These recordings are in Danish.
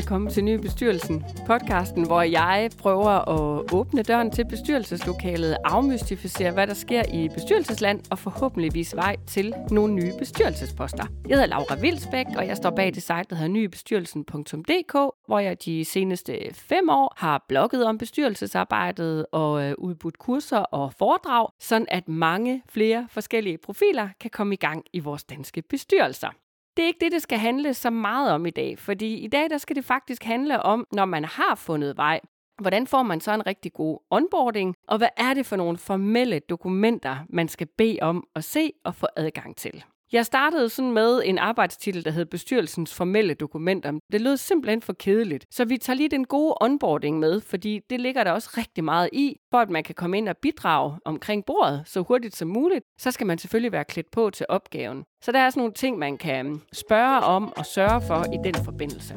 velkommen til Ny Bestyrelsen, podcasten, hvor jeg prøver at åbne døren til bestyrelseslokalet, afmystificere, hvad der sker i bestyrelsesland, og forhåbentligvis vej til nogle nye bestyrelsesposter. Jeg hedder Laura Vilsbæk, og jeg står bag det site, der hedder nybestyrelsen.dk, hvor jeg de seneste 5 år har blogget om bestyrelsesarbejdet og udbudt kurser og foredrag, sådan at mange flere forskellige profiler kan komme i gang i vores danske bestyrelser. Det er ikke det skal handle så meget om i dag, fordi i dag der skal det faktisk handle om, når man har fundet vej, hvordan får man så en rigtig god onboarding, og hvad er det for nogle formelle dokumenter, man skal bede om at se og få adgang til. Jeg startede sådan med en arbejdstitel, der hed Bestyrelsens formelle dokumenter. Det lød simpelthen for kedeligt, så vi tager lige den gode onboarding med, fordi det ligger der også rigtig meget i, for at man kan komme ind og bidrage omkring bordet så hurtigt som muligt. Så skal man selvfølgelig være klædt på til opgaven. Så der er sådan nogle ting, man kan spørge om og sørge for i den forbindelse.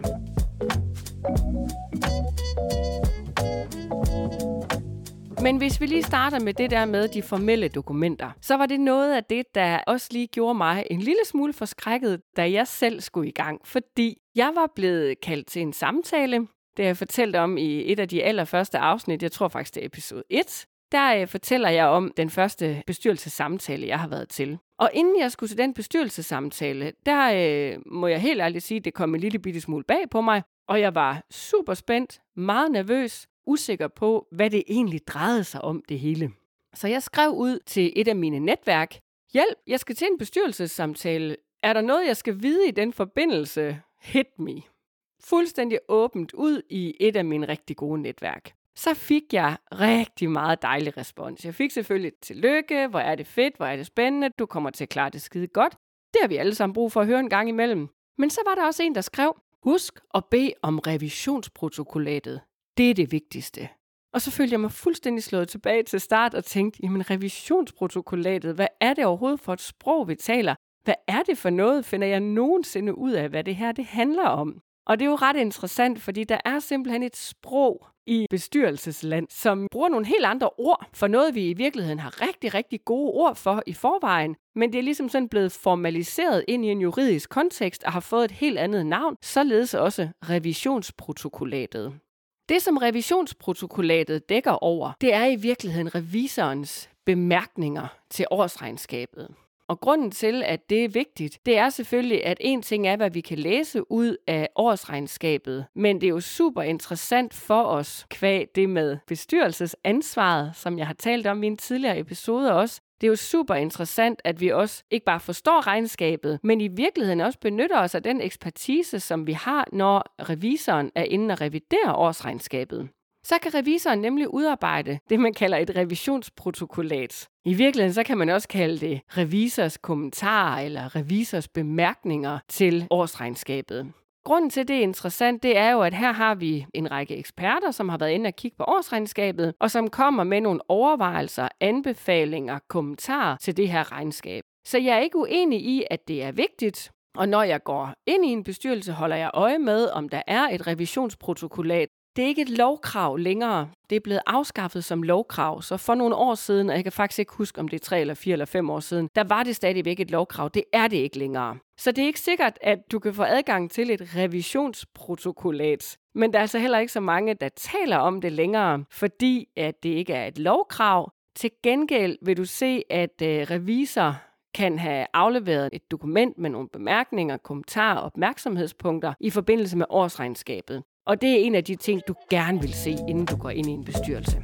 Men hvis vi lige starter med det der med de formelle dokumenter, så var det noget af det, der også lige gjorde mig en lille smule forskrækket, da jeg selv skulle i gang. Fordi jeg var blevet kaldt til en samtale. Det har jeg fortalt om i et af de allerførste afsnit. Jeg tror faktisk, det er episode 1. Der fortæller jeg om den første bestyrelsessamtale, jeg har været til. Og inden jeg skulle til den bestyrelsessamtale, der må jeg helt ærligt sige, at det kom en lille bitte smule bag på mig. Og jeg var super spændt, meget nervøs, usikker på, hvad det egentlig drejede sig om det hele. Så jeg skrev ud til et af mine netværk: hjælp, jeg skal til en bestyrelsessamtale. Er der noget, jeg skal vide i den forbindelse? Hit me. Fuldstændig åbent ud i et af mine rigtig gode netværk. Så fik jeg rigtig meget dejlig respons. Jeg fik selvfølgelig et tillykke, hvor er det fedt, hvor er det spændende, du kommer til at klare det skide godt. Det har vi alle sammen brug for at høre en gang imellem. Men så var der også en, der skrev: husk at bede om revisionsprotokollatet. Det er det vigtigste. Og så følte jeg mig fuldstændig slået tilbage til start og tænkte, jamen revisionsprotokollatet, hvad er det overhovedet for et sprog, vi taler? Hvad er det for noget? Finder jeg nogensinde ud af, hvad det her det handler om? Og det er jo ret interessant, fordi der er simpelthen et sprog i bestyrelsesland, som bruger nogle helt andre ord for noget, vi i virkeligheden har rigtig, rigtig gode ord for i forvejen. Men det er ligesom sådan blevet formaliseret ind i en juridisk kontekst og har fået et helt andet navn, således også revisionsprotokollatet. Det, som revisionsprotokollatet dækker over, det er i virkeligheden revisorens bemærkninger til årsregnskabet. Og grunden til, at det er vigtigt, det er selvfølgelig, at en ting er, hvad vi kan læse ud af årsregnskabet, men det er jo super interessant for os, kvad det med bestyrelsesansvaret, som jeg har talt om i en tidligere episode også. Det er jo super interessant, at vi også ikke bare forstår regnskabet, men i virkeligheden også benytter os af den ekspertise, som vi har, når revisoren er inde og revidere årsregnskabet. Så kan revisoren nemlig udarbejde det, man kalder et revisionsprotokollat. I virkeligheden så kan man også kalde det revisors kommentarer eller revisors bemærkninger til årsregnskabet. Grunden til, det er interessant, det er jo, at her har vi en række eksperter, som har været inde og kigge på årsregnskabet, og som kommer med nogle overvejelser, anbefalinger, kommentarer til det her regnskab. Så jeg er ikke uenig i, at det er vigtigt, og når jeg går ind i en bestyrelse, holder jeg øje med, om der er et revisionsprotokollat. Det er ikke et lovkrav længere. Det er blevet afskaffet som lovkrav. Så for nogle år siden, og jeg kan faktisk ikke huske, om det er 3 eller 4 eller 5 år siden, der var det stadigvæk et lovkrav. Det er det ikke længere. Så det er ikke sikkert, at du kan få adgang til et revisionsprotokollat. Men der er altså heller ikke så mange, der taler om det længere, fordi at det ikke er et lovkrav. Til gengæld vil du se, at revisor kan have afleveret et dokument med nogle bemærkninger, kommentarer og opmærksomhedspunkter i forbindelse med årsregnskabet. Og det er en af de ting, du gerne vil se, inden du går ind i en bestyrelse.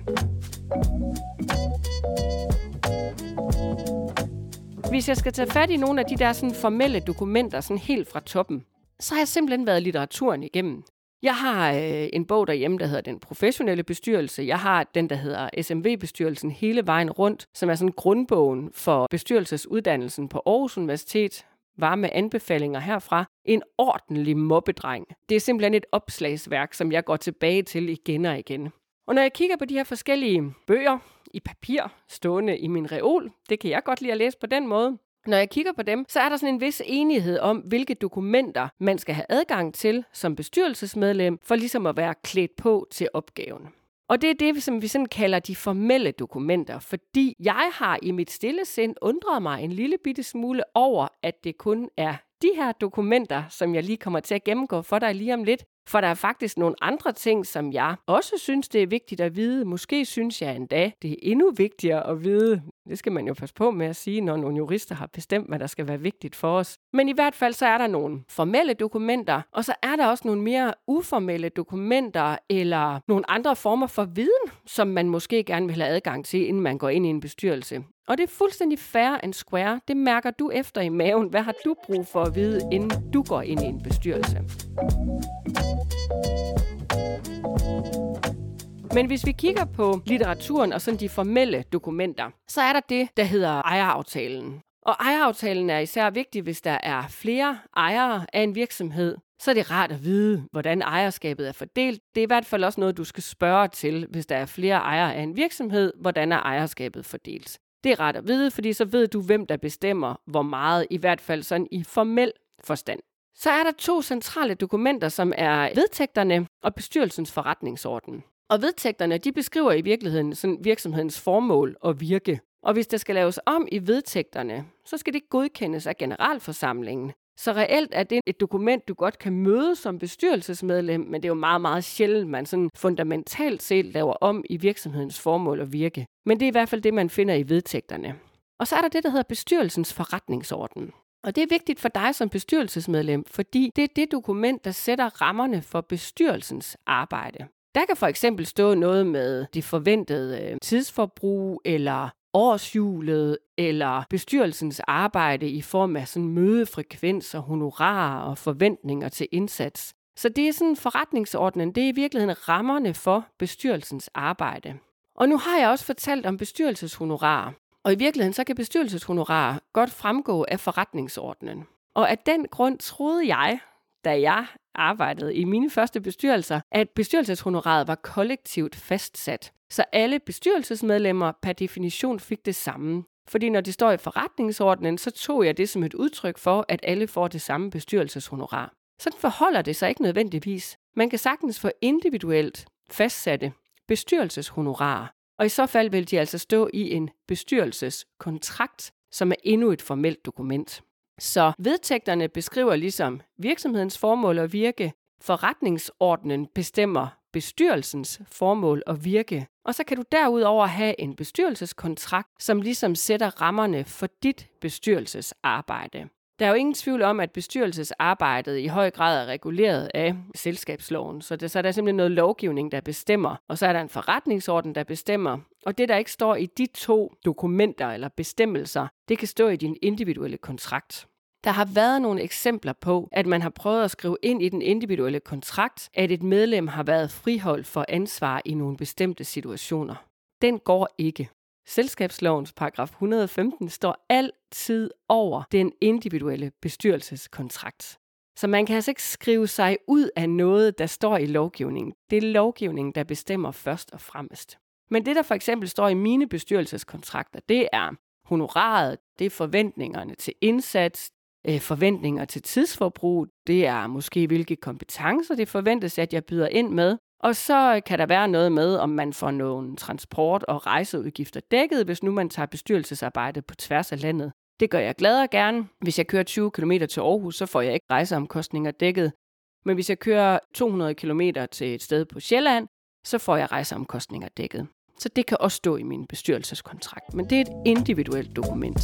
Hvis jeg skal tage fat i nogle af de der sådan formelle dokumenter sådan helt fra toppen, så har jeg simpelthen været litteraturen igennem. Jeg har en bog derhjemme, der hedder Den professionelle bestyrelse. Jeg har den, der hedder SMV-bestyrelsen hele vejen rundt, som er sådan grundbogen for bestyrelsesuddannelsen på Aarhus Universitet. Varme anbefalinger herfra. En ordentlig mobbedreng. Det er simpelthen et opslagsværk, som jeg går tilbage til igen og igen. Og når jeg kigger på de her forskellige bøger i papir, stående i min reol, det kan jeg godt lide at læse på den måde. Når jeg kigger på dem, så er der sådan en vis enighed om, hvilke dokumenter man skal have adgang til som bestyrelsesmedlem, for ligesom at være klædt på til opgaven. Og det er det, som vi sådan kalder de formelle dokumenter, fordi jeg har i mit stille sind undret mig en lille bitte smule over, at det kun er de her dokumenter, som jeg lige kommer til at gennemgå for dig lige om lidt. For der er faktisk nogle andre ting, som jeg også synes, det er vigtigt at vide. Måske synes jeg endda, det er endnu vigtigere at vide. Det skal man jo passe på med at sige, når nogle jurister har bestemt, hvad der skal være vigtigt for os. Men i hvert fald så er der nogle formelle dokumenter, og så er der også nogle mere uformelle dokumenter eller nogle andre former for viden, som man måske gerne vil have adgang til, inden man går ind i en bestyrelse. Og det er fuldstændig fair and square. Det mærker du efter i maven. Hvad har du brug for at vide, inden du går ind i en bestyrelse? Men hvis vi kigger på litteraturen og sådan de formelle dokumenter, så er der det, der hedder ejeraftalen. Og ejeraftalen er især vigtig, hvis der er flere ejere af en virksomhed. Så er det rart at vide, hvordan ejerskabet er fordelt. Det er i hvert fald også noget, du skal spørge til, hvis der er flere ejere af en virksomhed. Hvordan er ejerskabet fordelt? Det er rart at vide, fordi så ved du, hvem der bestemmer, hvor meget, i hvert fald sådan i formel forstand. Så er der 2 centrale dokumenter, som er vedtægterne og bestyrelsens forretningsorden. Og vedtægterne, de beskriver i virkeligheden sådan virksomhedens formål og virke. Og hvis der skal laves om i vedtægterne, så skal det godkendes af generalforsamlingen. Så reelt er det et dokument, du godt kan møde som bestyrelsesmedlem, men det er jo meget, meget sjældent, man sådan fundamentalt set laver om i virksomhedens formål og virke. Men det er i hvert fald det, man finder i vedtægterne. Og så er der det, der hedder bestyrelsens forretningsorden. Og det er vigtigt for dig som bestyrelsesmedlem, fordi det er det dokument, der sætter rammerne for bestyrelsens arbejde. Der kan for eksempel stå noget med det forventede tidsforbrug, eller årshjulet, eller bestyrelsens arbejde i form af sådan mødefrekvens og honorarer og forventninger til indsats. Så det er sådan forretningsordenen, det er i virkeligheden rammerne for bestyrelsens arbejde. Og nu har jeg også fortalt om bestyrelseshonorarer. Og i virkeligheden så kan bestyrelseshonorarer godt fremgå af forretningsordenen. Og af den grund troede jeg, da jeg arbejdede i mine første bestyrelser, at bestyrelseshonoraret var kollektivt fastsat. Så alle bestyrelsesmedlemmer per definition fik det samme. Fordi når det står i forretningsordenen, så tog jeg det som et udtryk for, at alle får det samme bestyrelseshonorar. Sådan forholder det sig ikke nødvendigvis. Man kan sagtens få individuelt fastsatte bestyrelseshonorarer. Og i så fald vil de altså stå i en bestyrelseskontrakt, som er endnu et formelt dokument. Så vedtægterne beskriver ligesom virksomhedens formål og virke. Forretningsordenen bestemmer bestyrelsens formål og virke. Og så kan du derudover have en bestyrelseskontrakt, som ligesom sætter rammerne for dit bestyrelsesarbejde. Der er jo ingen tvivl om, at bestyrelsesarbejdet i høj grad er reguleret af selskabsloven. Så der er simpelthen noget lovgivning, der bestemmer. Og så er der en forretningsorden, der bestemmer. Og det, der ikke står i de 2 dokumenter eller bestemmelser, det kan stå i din individuelle kontrakt. Der har været nogle eksempler på, at man har prøvet at skrive ind i den individuelle kontrakt, at et medlem har været friholdt for ansvar i nogle bestemte situationer. Den går ikke. Selskabslovens paragraf 115 står altid over den individuelle bestyrelseskontrakt. Så man kan altså ikke skrive sig ud af noget, der står i lovgivningen. Det er lovgivningen, der bestemmer først og fremmest. Men det, der for eksempel står i mine bestyrelseskontrakter, det er honoraret, det er forventningerne til indsats, forventninger til tidsforbrug, det er måske hvilke kompetencer det forventes, at jeg byder ind med. Og så kan der være noget med, om man får nogle transport- og rejseudgifter dækket, hvis nu man tager bestyrelsesarbejde på tværs af landet. Det gør jeg glad og gerne. Hvis jeg kører 20 km til Aarhus, så får jeg ikke rejseomkostninger dækket. Men hvis jeg kører 200 km til et sted på Sjælland, så får jeg rejseomkostninger dækket. Så det kan også stå i min bestyrelseskontrakt, men det er et individuelt dokument.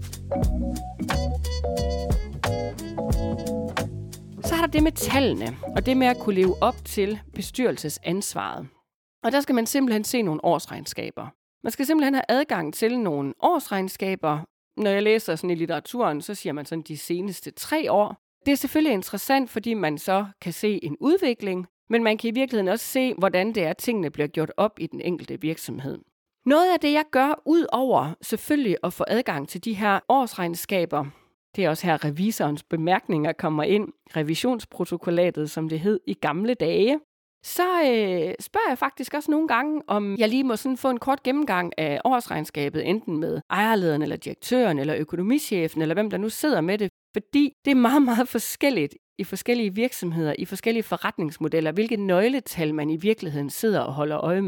Så er der det med tallene, og det med at kunne leve op til bestyrelsesansvaret. Og der skal man simpelthen se nogle årsregnskaber. Man skal simpelthen have adgang til nogle årsregnskaber. Når jeg læser sådan i litteraturen, så siger man sådan de seneste 3 år. Det er selvfølgelig interessant, fordi man så kan se en udvikling, men man kan i virkeligheden også se, hvordan det er, at tingene bliver gjort op i den enkelte virksomhed. Noget af det, jeg gør, ud over selvfølgelig at få adgang til de her årsregnskaber, det er også her revisorens bemærkninger kommer ind, revisionsprotokollatet, som det hed i gamle dage. Så spørger jeg faktisk også nogle gange, om jeg lige må sådan få en kort gennemgang af årsregnskabet, enten med ejerlederen eller direktøren eller økonomichefen, eller hvem der nu sidder med det. Fordi det er meget, meget forskelligt i forskellige virksomheder, i forskellige forretningsmodeller, hvilke nøgletal man i virkeligheden sidder og holder øje med.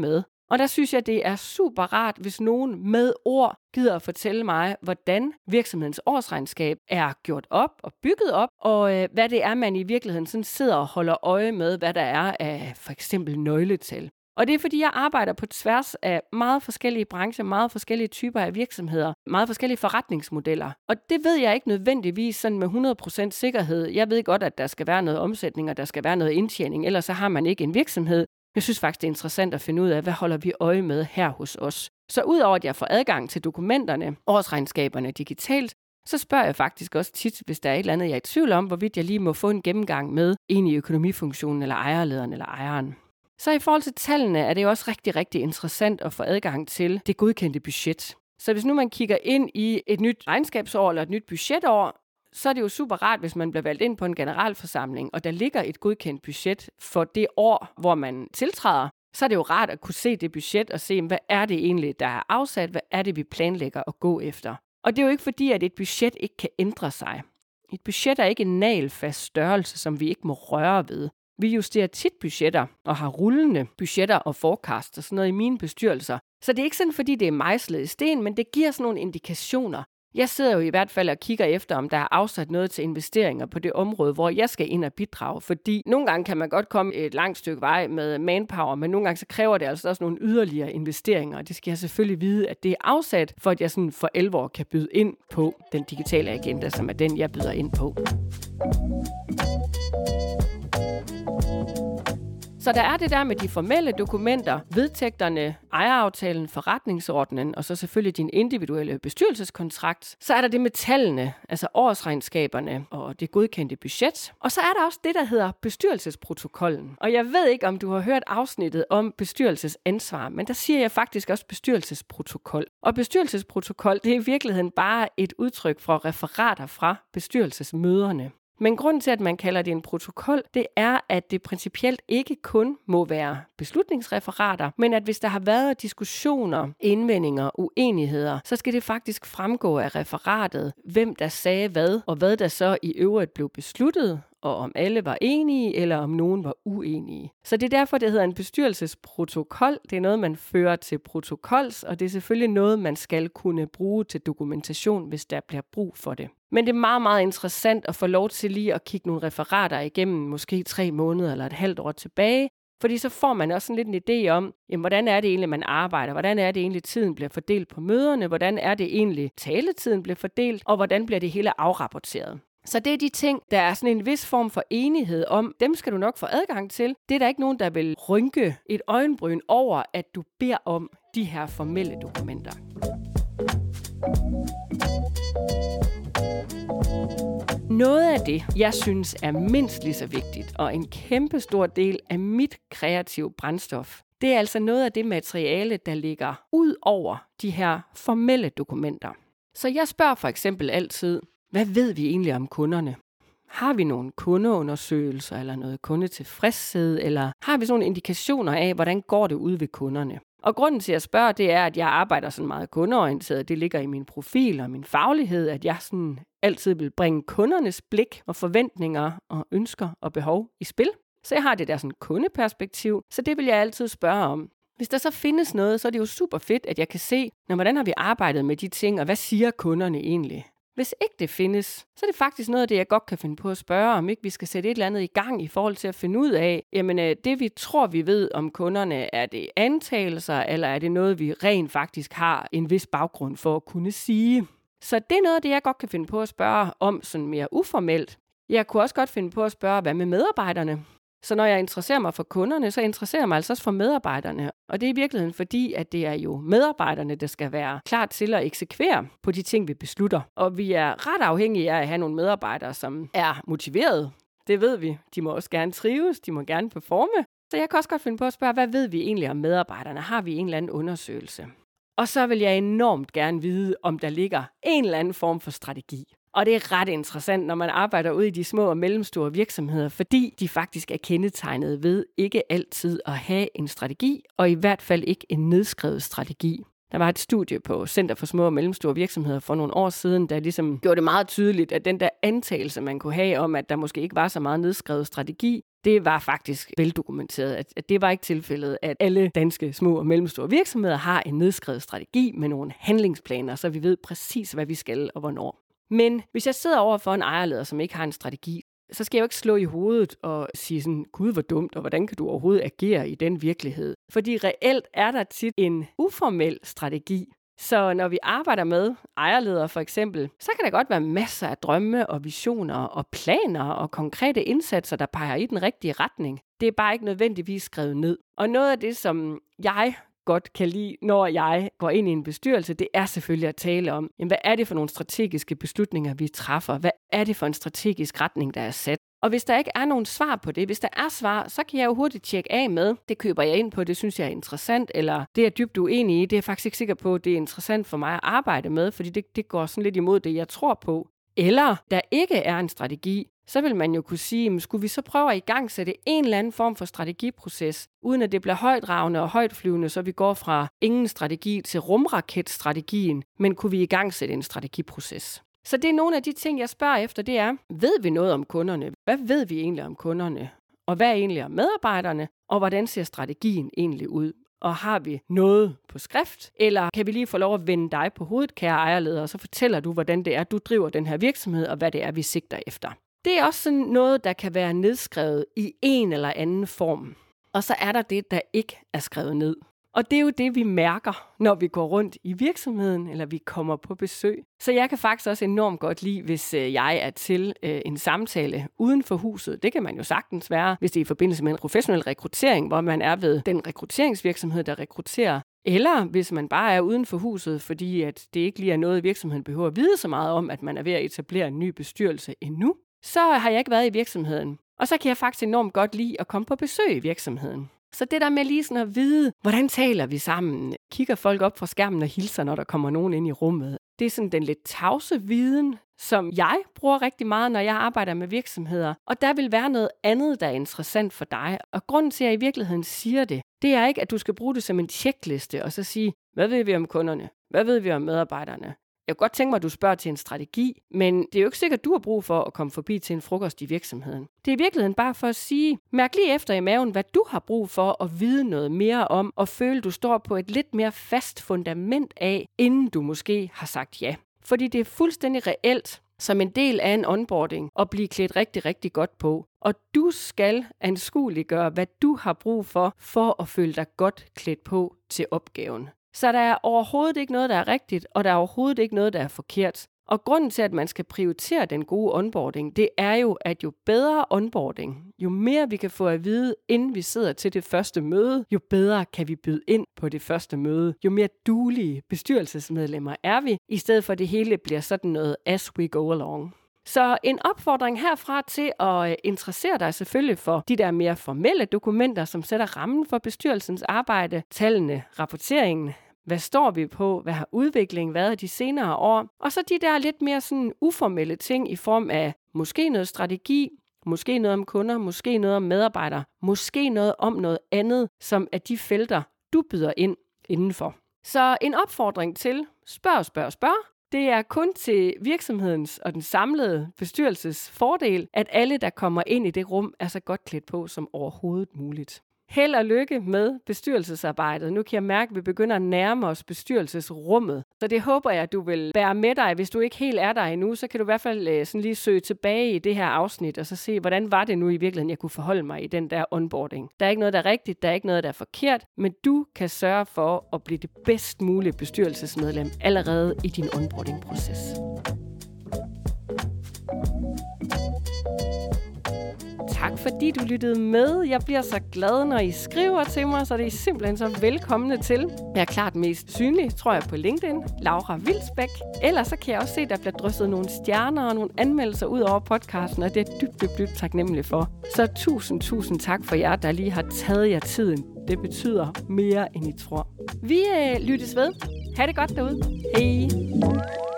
Og der synes jeg, det er super rart, hvis nogen med ord gider at fortælle mig, hvordan virksomhedens årsregnskab er gjort op og bygget op, og hvad det er, man i virkeligheden sådan sidder og holder øje med, hvad der er af for eksempel nøgletal. Og det er, fordi jeg arbejder på tværs af meget forskellige brancher, meget forskellige typer af virksomheder, meget forskellige forretningsmodeller. Og det ved jeg ikke nødvendigvis sådan med 100% sikkerhed. Jeg ved godt, at der skal være noget omsætning, og der skal være noget indtjening, ellers så har man ikke en virksomhed. Jeg synes faktisk, det er interessant at finde ud af, hvad holder vi øje med her hos os. Så udover at jeg får adgang til dokumenterne, årsregnskaberne digitalt, så spørger jeg faktisk også tit, hvis der er et eller andet, jeg er i tvivl om, hvorvidt jeg lige må få en gennemgang med en i økonomifunktionen, eller ejerlederen, eller ejeren. Så i forhold til tallene er det jo også rigtig, rigtig interessant at få adgang til det godkendte budget. Så hvis nu man kigger ind i et nyt regnskabsår eller et nyt budgetår, så er det jo super rart, hvis man bliver valgt ind på en generalforsamling, og der ligger et godkendt budget for det år, hvor man tiltræder. Så er det jo rart at kunne se det budget og se, hvad er det egentlig, der er afsat, hvad er det, vi planlægger at gå efter. Og det er jo ikke fordi, at et budget ikke kan ændre sig. Et budget er ikke en nagelfast størrelse, som vi ikke må røre ved. Vi justerer tit budgetter og har rullende budgetter og forecast og sådan noget i mine bestyrelser. Så det er ikke sådan, fordi det er mejslet i sten, men det giver sådan nogle indikationer. Jeg sidder jo i hvert fald og kigger efter, om der er afsat noget til investeringer på det område, hvor jeg skal ind og bidrage. Fordi nogle gange kan man godt komme et langt stykke vej med manpower, men nogle gange så kræver det altså også nogle yderligere investeringer. Og det skal jeg selvfølgelig vide, at det er afsat, for at jeg sådan for alvor kan byde ind på den digitale agenda, som er den, jeg byder ind på. Så der er det der med de formelle dokumenter, vedtægterne, ejeraftalen, forretningsordenen og så selvfølgelig din individuelle bestyrelseskontrakt. Så er der det med tallene, altså årsregnskaberne og det godkendte budget. Og så er der også det, der hedder bestyrelsesprotokollen. Og jeg ved ikke, om du har hørt afsnittet om bestyrelsesansvar, men der siger jeg faktisk også bestyrelsesprotokol. Og bestyrelsesprotokol, det er i virkeligheden bare et udtryk for referater fra bestyrelsesmøderne. Men grunden til, at man kalder det en protokol, det er, at det principielt ikke kun må være beslutningsreferater, men at hvis der har været diskussioner, indvendinger, uenigheder, så skal det faktisk fremgå af referatet, hvem der sagde hvad, og hvad der så i øvrigt blev besluttet, og om alle var enige, eller om nogen var uenige. Så det er derfor, det hedder en bestyrelsesprotokol. Det er noget, man fører til protokols, og det er selvfølgelig noget, man skal kunne bruge til dokumentation, hvis der bliver brug for det. Men det er meget, meget interessant at få lov til lige at kigge nogle referater igennem, måske 3 måneder eller et halvt år tilbage, fordi så får man også sådan lidt en idé om, jamen, hvordan er det egentlig, man arbejder? Hvordan er det egentlig, tiden bliver fordelt på møderne? Hvordan er det egentlig, taletiden bliver fordelt? Og hvordan bliver det hele afrapporteret? Så det er de ting, der er sådan en vis form for enighed om. Dem skal du nok få adgang til. Det er der ikke nogen, der vil rynke et øjenbryn over, at du beder om de her formelle dokumenter. Noget af det, jeg synes er mindst lige så vigtigt, og en kæmpe stor del af mit kreative brændstof, det er altså noget af det materiale, der ligger ud over de her formelle dokumenter. Så jeg spørger for eksempel altid, hvad ved vi egentlig om kunderne? Har vi nogle kundeundersøgelser eller noget kundetilfredshed, eller har vi sådan nogle indikationer af, hvordan går det ud ved kunderne? Og grunden til at spørge, det er, at jeg arbejder sådan meget kundeorienteret. Det ligger i min profil og min faglighed, at jeg sådan altid vil bringe kundernes blik og forventninger og ønsker og behov i spil. Så jeg har det der sådan kundeperspektiv, så det vil jeg altid spørge om. Hvis der så findes noget, så er det jo super fedt, at jeg kan se, hvordan har vi arbejdet med de ting, og hvad siger kunderne egentlig? Hvis ikke det findes, så er det faktisk noget af det, jeg godt kan finde på at spørge, om ikke vi skal sætte et eller andet i gang i forhold til at finde ud af, jamen det vi tror, vi ved om kunderne, er det antagelser, eller er det noget, vi rent faktisk har en vis baggrund for at kunne sige. Så det er noget af det, jeg godt kan finde på at spørge om sådan mere uformelt. Jeg kunne også godt finde på at spørge, hvad med medarbejderne? Så når jeg interesserer mig for kunderne, så interesserer jeg mig altså også for medarbejderne. Og det er i virkeligheden fordi, at det er jo medarbejderne, der skal være klar til at eksekvere på de ting, vi beslutter. Og vi er ret afhængige af at have nogle medarbejdere, som er motiverede. Det ved vi. De må også gerne trives, de må gerne performe. Så jeg kan også godt finde på at spørge, hvad ved vi egentlig om medarbejderne? Har vi en eller anden undersøgelse? Og så vil jeg enormt gerne vide, om der ligger en eller anden form for strategi. Og det er ret interessant, når man arbejder ude i de små og mellemstore virksomheder, fordi de faktisk er kendetegnet ved ikke altid at have en strategi, og i hvert fald ikke en nedskrevet strategi. Der var et studie på Center for Små og Mellemstore Virksomheder for nogle år siden, der ligesom gjorde det meget tydeligt, at den der antagelse, man kunne have om, at der måske ikke var så meget nedskrevet strategi, Det var faktisk veldokumenteret, at det var ikke tilfældet, at alle danske små og mellemstore virksomheder har en nedskrevet strategi med nogle handlingsplaner, så vi ved præcis, hvad vi skal og hvornår. Men hvis jeg sidder over for en ejerleder, som ikke har en strategi, så skal jeg jo ikke slå i hovedet og sige sådan, gud hvor dumt, og hvordan kan du overhovedet agere i den virkelighed? Fordi reelt er der tit en uformel strategi. Så når vi arbejder med ejerledere for eksempel, så kan der godt være masser af drømme og visioner og planer og konkrete indsatser, der peger i den rigtige retning. Det er bare ikke nødvendigvis skrevet ned. Og noget af det, som jeg godt kan lide, når jeg går ind i en bestyrelse, det er selvfølgelig at tale om, hvad er det for nogle strategiske beslutninger, vi træffer? Hvad er det for en strategisk retning, der er sat? Og hvis der ikke er nogen svar på det, hvis der er svar, så kan jeg jo hurtigt tjekke af med, det køber jeg ind på, det synes jeg er interessant, eller det er jeg dybt uenig i, det er jeg faktisk ikke sikker på, det er interessant for mig at arbejde med, fordi det går sådan lidt imod det, jeg tror på. Eller der ikke er en strategi, så vil man jo kunne sige, skulle vi så prøve at igangsætte en eller anden form for strategiproces, uden at det bliver højtravende og højtflyvende, så vi går fra ingen strategi til rumraketstrategien, men kunne vi igangsætte en strategiproces? Så det er nogle af de ting, jeg spørger efter, det er, ved vi noget om kunderne? Hvad ved vi egentlig om kunderne? Og hvad er egentlig om medarbejderne? Og hvordan ser strategien egentlig ud? Og har vi noget på skrift? Eller kan vi lige få lov at vende dig på hovedet, kære ejerleder, og så fortæller du, hvordan det er, du driver den her virksomhed, og hvad det er, vi sigter efter. Det er også sådan noget, der kan være nedskrevet i en eller anden form. Og så er der det, der ikke er skrevet ned. Og det er jo det, vi mærker, når vi går rundt i virksomheden, eller vi kommer på besøg. Så jeg kan faktisk også enormt godt lide, hvis jeg er til en samtale uden for huset. Det kan man jo sagtens være, hvis det er i forbindelse med en professionel rekruttering, hvor man er ved den rekrutteringsvirksomhed, der rekrutterer. Eller hvis man bare er uden for huset, fordi at det ikke lige er noget, virksomheden behøver at vide så meget om, at man er ved at etablere en ny bestyrelse endnu. Så har jeg ikke været i virksomheden. Og så kan jeg faktisk enormt godt lide at komme på besøg i virksomheden. Så det der med lige sådan at vide, hvordan taler vi sammen? Kigger folk op fra skærmen og hilser, når der kommer nogen ind i rummet? Det er sådan den lidt tavse viden, som jeg bruger rigtig meget, når jeg arbejder med virksomheder. Og der vil være noget andet, der er interessant for dig. Og grunden til, at jeg i virkeligheden siger det, det er ikke, at du skal bruge det som en tjekliste og så sige, hvad ved vi om kunderne? Hvad ved vi om medarbejderne? Jeg kunne godt tænke mig, at du spørger til en strategi, men det er jo ikke sikkert, at du har brug for at komme forbi til en frokost i virksomheden. Det er i virkeligheden bare for at sige, mærk lige efter i maven, hvad du har brug for at vide noget mere om, og føle, du står på et lidt mere fast fundament af, inden du måske har sagt ja. Fordi det er fuldstændig reelt, som en del af en onboarding, at blive klædt rigtig, rigtig godt på. Og du skal anskueliggøre, hvad du har brug for at føle dig godt klædt på til opgaven. Så der er overhovedet ikke noget, der er rigtigt, og der er overhovedet ikke noget, der er forkert. Og grunden til, at man skal prioritere den gode onboarding, det er jo, at jo bedre onboarding, jo mere vi kan få at vide, inden vi sidder til det første møde, jo bedre kan vi byde ind på det første møde. Jo mere duelige bestyrelsesmedlemmer er vi, i stedet for det hele bliver sådan noget as we go along. Så en opfordring herfra til at interessere dig selvfølgelig for de der mere formelle dokumenter, som sætter rammen for bestyrelsens arbejde, tallene, rapporteringen. Hvad står vi på? Hvad har udviklingen været de senere år? Og så de der lidt mere sådan uformelle ting i form af måske noget strategi, måske noget om kunder, måske noget om medarbejdere, måske noget om noget andet, som er de felter, du byder ind indenfor. Så en opfordring til spørg. Det er kun til virksomhedens og den samlede bestyrelses fordel, at alle, der kommer ind i det rum, er så godt klædt på som overhovedet muligt. Held og lykke med bestyrelsesarbejdet. Nu kan jeg mærke, at vi begynder at nærme os bestyrelsesrummet. Så det håber jeg, at du vil bære med dig. Hvis du ikke helt er der endnu, så kan du i hvert fald sådan lige søge tilbage i det her afsnit, og så se, hvordan var det nu i virkeligheden, jeg kunne forholde mig i den der onboarding. Der er ikke noget, der er rigtigt, der er ikke noget, der er forkert, men du kan sørge for at blive det bedst mulige bestyrelsesmedlem allerede i din onboarding-proces. Tak fordi du lyttede med. Jeg bliver så glad, når I skriver til mig, så det er simpelthen så velkomne til. Jeg er klart mest synlig, tror jeg, på LinkedIn, Laura Wilsbæk. Ellers så kan jeg også se, at der bliver drysset nogle stjerner og nogle anmeldelser ud over podcasten, og det er dybt taknemmelig for. Så tusind tak for jer, der lige har taget jer tiden. Det betyder mere, end I tror. Vi lyttes ved. Ha' det godt derude. Hej.